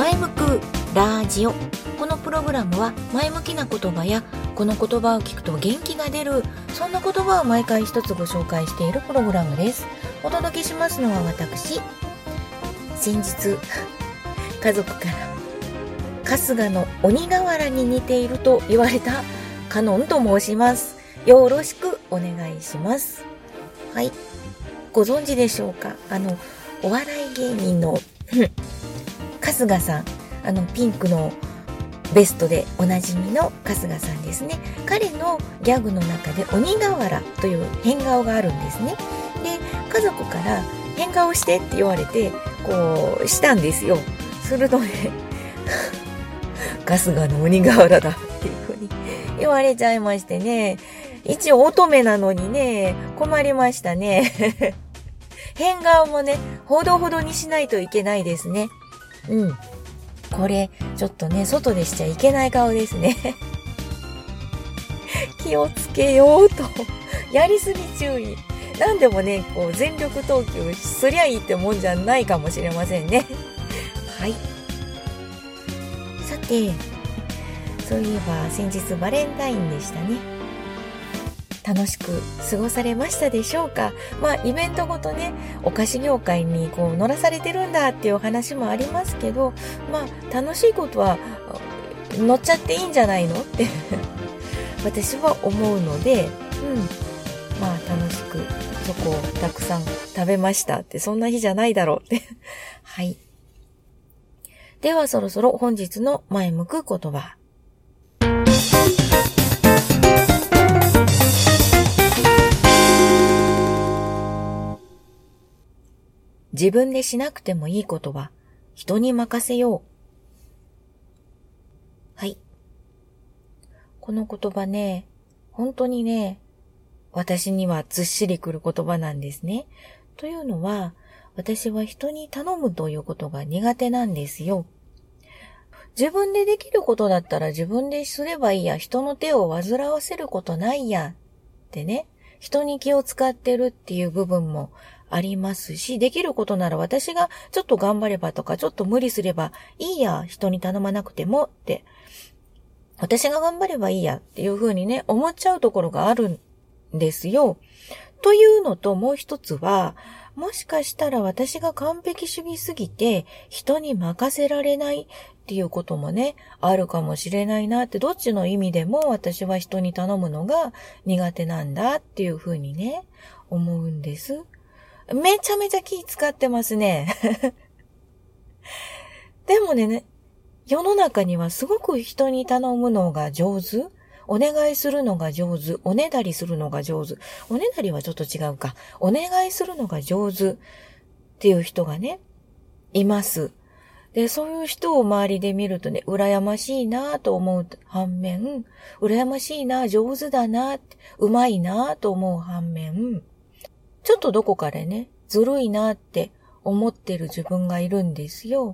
前向くラジオ。このプログラムは前向きな言葉やこの言葉を聞くと元気が出る、そんな言葉を毎回一つご紹介しているプログラムです。お届けしますのは私。先日家族から春日の鬼瓦に似ていると言われたカノンと申します。よろしくお願いします。はい、ご存知でしょうか。お笑い芸人の春日さん、ピンクのベストでおなじみの春日さんですね。彼のギャグの中で鬼瓦という変顔があるんですね。で、家族から変顔してって言われてこうしたんですよ。するとね春日の鬼瓦だっていう風に言われちゃいましてね、一応乙女なのにね困りましたね変顔もねほどほどにしないといけないですね。これちょっとね外でしちゃいけない顔ですね気をつけようとやりすぎ注意。なんでもねこう全力投球すりゃいいってもんじゃないかもしれませんねはい。さて、そういえば先日バレンタインでしたね。楽しく過ごされましたでしょうか。イベントごとねお菓子業界にこう乗らされてるんだっていうお話もありますけど、楽しいことは乗っちゃっていいんじゃないのって私は思うので、楽しくチョコをたくさん食べましたって、そんな日じゃないだろうってはい。ではそろそろ本日の前向く言葉。自分でしなくてもいいことは人に任せよう。はい。この言葉ね、本当にね、私にはずっしりくる言葉なんですね。というのは、私は人に頼むということが苦手なんですよ。自分でできることだったら自分ですればいいや、人の手を煩わせることないやってね、人に気を使ってるっていう部分もありますし、できることなら私がちょっと頑張ればとかちょっと無理すればいいや、人に頼まなくてもって、私が頑張ればいいやっていうふうにね思っちゃうところがあるんですよ。というのと、もう一つは、もしかしたら私が完璧主義すぎて人に任せられないっていうこともねあるかもしれないなって、どっちの意味でも私は人に頼むのが苦手なんだっていうふうにね思うんです。めちゃめちゃ気使ってますねでもね、世の中にはすごく人に頼むのが上手、お願いするのが上手、おねだりするのが上手。おねだりはちょっと違うか。お願いするのが上手っていう人がね、います。で、そういう人を周りで見るとね、羨ましいなと思う反面、羨ましいな、上手だな、うまいなと思う反面、ちょっとどこかでね、ずるいなって思ってる自分がいるんですよ。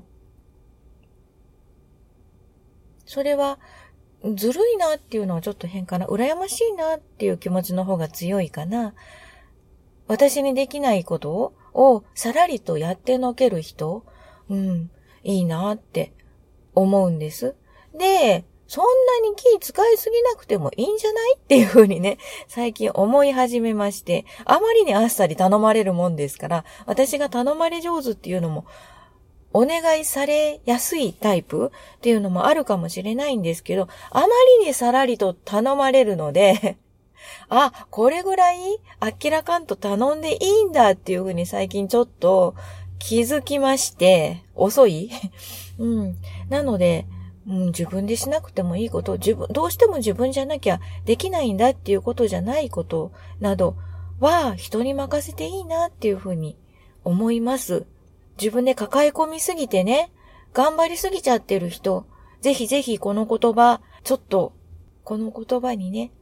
それは、ずるいなっていうのはちょっと変かな。羨ましいなっていう気持ちの方が強いかな。私にできないことをさらりとやってのける人、いいなって思うんです。で、そんなに気使いすぎなくてもいいんじゃないっていうふうにね、最近思い始めまして、あまりにあっさり頼まれるもんですから、私が頼まれ上手っていうのも、お願いされやすいタイプっていうのもあるかもしれないんですけど、あまりにさらりと頼まれるので、これぐらいあっけらかんと頼んでいいんだっていうふうに最近ちょっと気づきまして、遅いなので、自分でしなくてもいいこと、どうしても自分じゃなきゃできないんだっていうことじゃないことなどは人に任せていいなっていうふうに思います。自分で抱え込みすぎてね、頑張りすぎちゃってる人、ぜひぜひこの言葉、ちょっと、この言葉にね、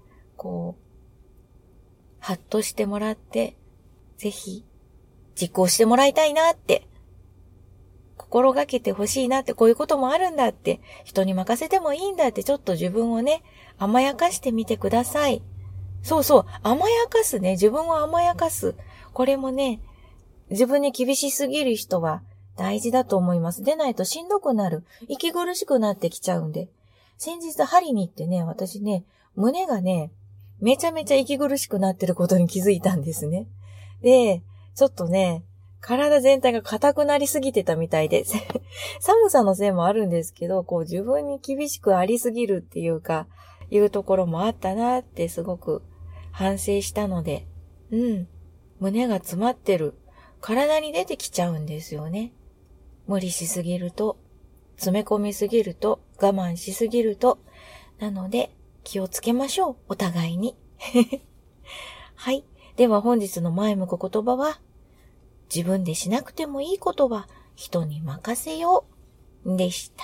ハッとしてもらって、ぜひ、実行してもらいたいなって、心がけてほしいなって、こういうこともあるんだって、人に任せてもいいんだって、ちょっと自分をね、甘やかしてみてください。そうそう、甘やかすね、自分を甘やかす。これもね、自分に厳しすぎる人は大事だと思います。でないとしんどくなる。息苦しくなってきちゃうんで。先日針に行ってね、私ね、胸がね、めちゃめちゃ息苦しくなってることに気づいたんですね。で、ちょっとね、体全体が硬くなりすぎてたみたいで、寒さのせいもあるんですけど、こう自分に厳しくありすぎるっていうか、いうところもあったなってすごく反省したので、胸が詰まってる。体に出てきちゃうんですよね。無理しすぎると、詰め込みすぎると、我慢しすぎると、なので気をつけましょう。お互いに。はい。では本日の前向く言葉は、自分でしなくてもいいことは人に任せようでした。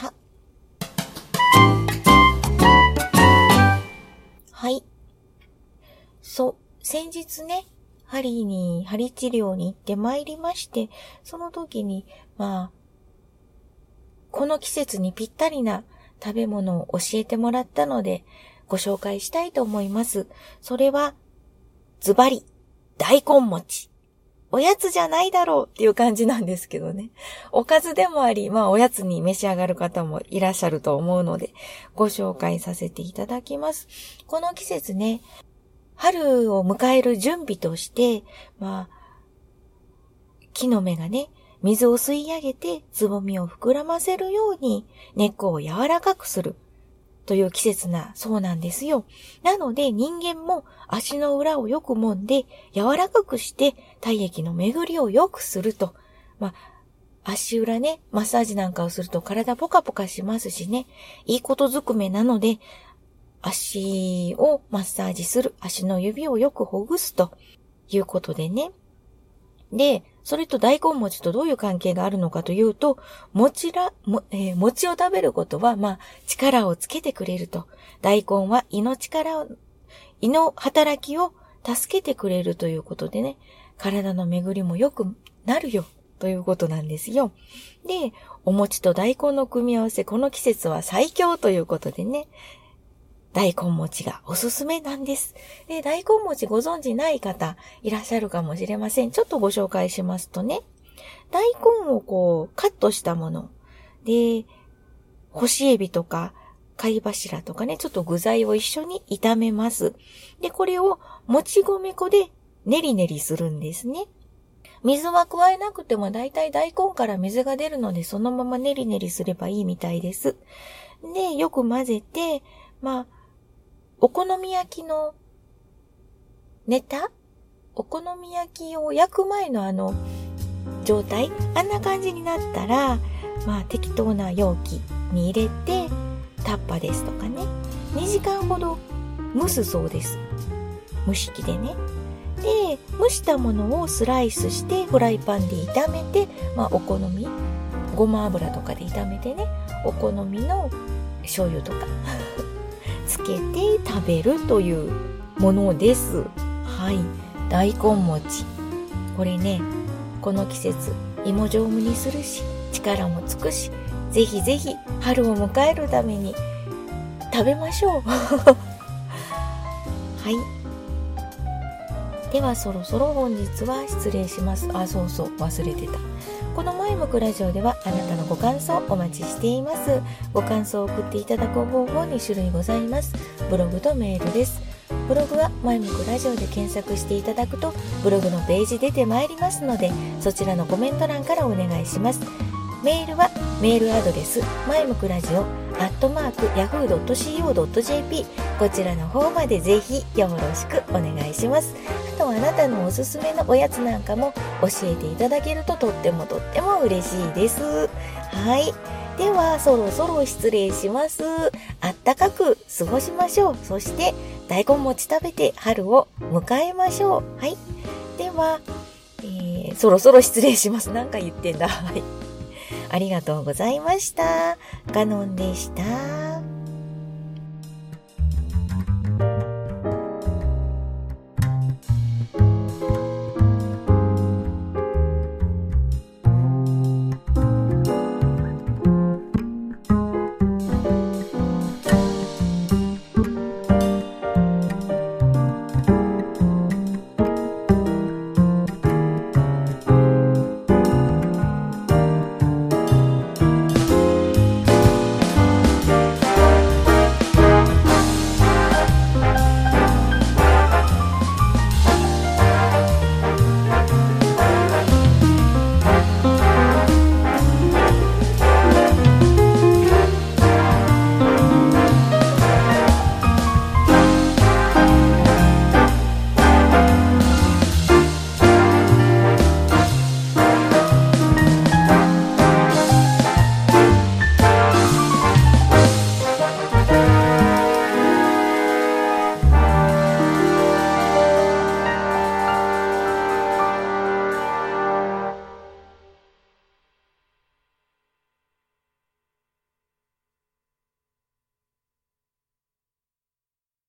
はい。先日ね、針治療に行って参りまして、その時に、この季節にぴったりな食べ物を教えてもらったので、ご紹介したいと思います。それは、ズバリ、大根餅。おやつじゃないだろうっていう感じなんですけどね。おかずでもあり、おやつに召し上がる方もいらっしゃると思うので、ご紹介させていただきます。この季節ね、春を迎える準備として、木の芽がね、水を吸い上げてつぼみを膨らませるように根っこを柔らかくするという季節そうなんですよ。なので人間も足の裏をよく揉んで柔らかくして体液の巡りを良くすると。足裏ね、マッサージなんかをすると体ポカポカしますしね、いいことずくめなので、足をマッサージする、足の指をよくほぐすということでね。で、それと大根餅とどういう関係があるのかというと、餅を食べることは、力をつけてくれると。大根は胃の働きを助けてくれるということでね、体の巡りも良くなるよということなんですよ。で、お餅と大根の組み合わせ、この季節は最強ということでね、大根餅がおすすめなんです。で、大根餅ご存知ない方いらっしゃるかもしれません。ちょっとご紹介しますとね、大根をカットしたもので、干しエビとか貝柱とかね、ちょっと具材を一緒に炒めます。で、これをもち米粉で練り練りするんですね。水は加えなくてもだいたい大根から水が出るので、そのまま練り練りすればいいみたいです。で、よく混ぜて、お好み焼きのお好み焼きを焼く前の状態、あんな感じになったら、適当な容器に入れて、タッパですとかね、2時間ほど蒸すそうです。蒸し器でね。で、蒸したものをスライスしてフライパンで炒めて、お好み、ごま油とかで炒めてね、お好みの醤油とかつけて食べるというものです。はい。大根餅。これね、この季節、芋状にするし、力もつくし、ぜひぜひ春を迎えるために食べましょう。はい。ではそろそろ本日は失礼します。忘れてた。この前向くラジオではあなたのご感想お待ちしています。ご感想を送っていただく方法2種類ございます。ブログとメールです。ブログは前向くラジオで検索していただくとブログのページ出てまいりますので、そちらのコメント欄からお願いします。メールはメールアドレス前向くラジオ@yahoo.co.jp、 こちらの方までぜひよろしくお願いします。あとあなたのおすすめのおやつなんかも教えていただけるととっても嬉しいです。はい。ではそろそろ失礼します。あったかく過ごしましょう。そして大根餅食べて春を迎えましょう。はい。では、そろそろ失礼します。なんか言ってんだ。はい。ありがとうございました。ガノンでした。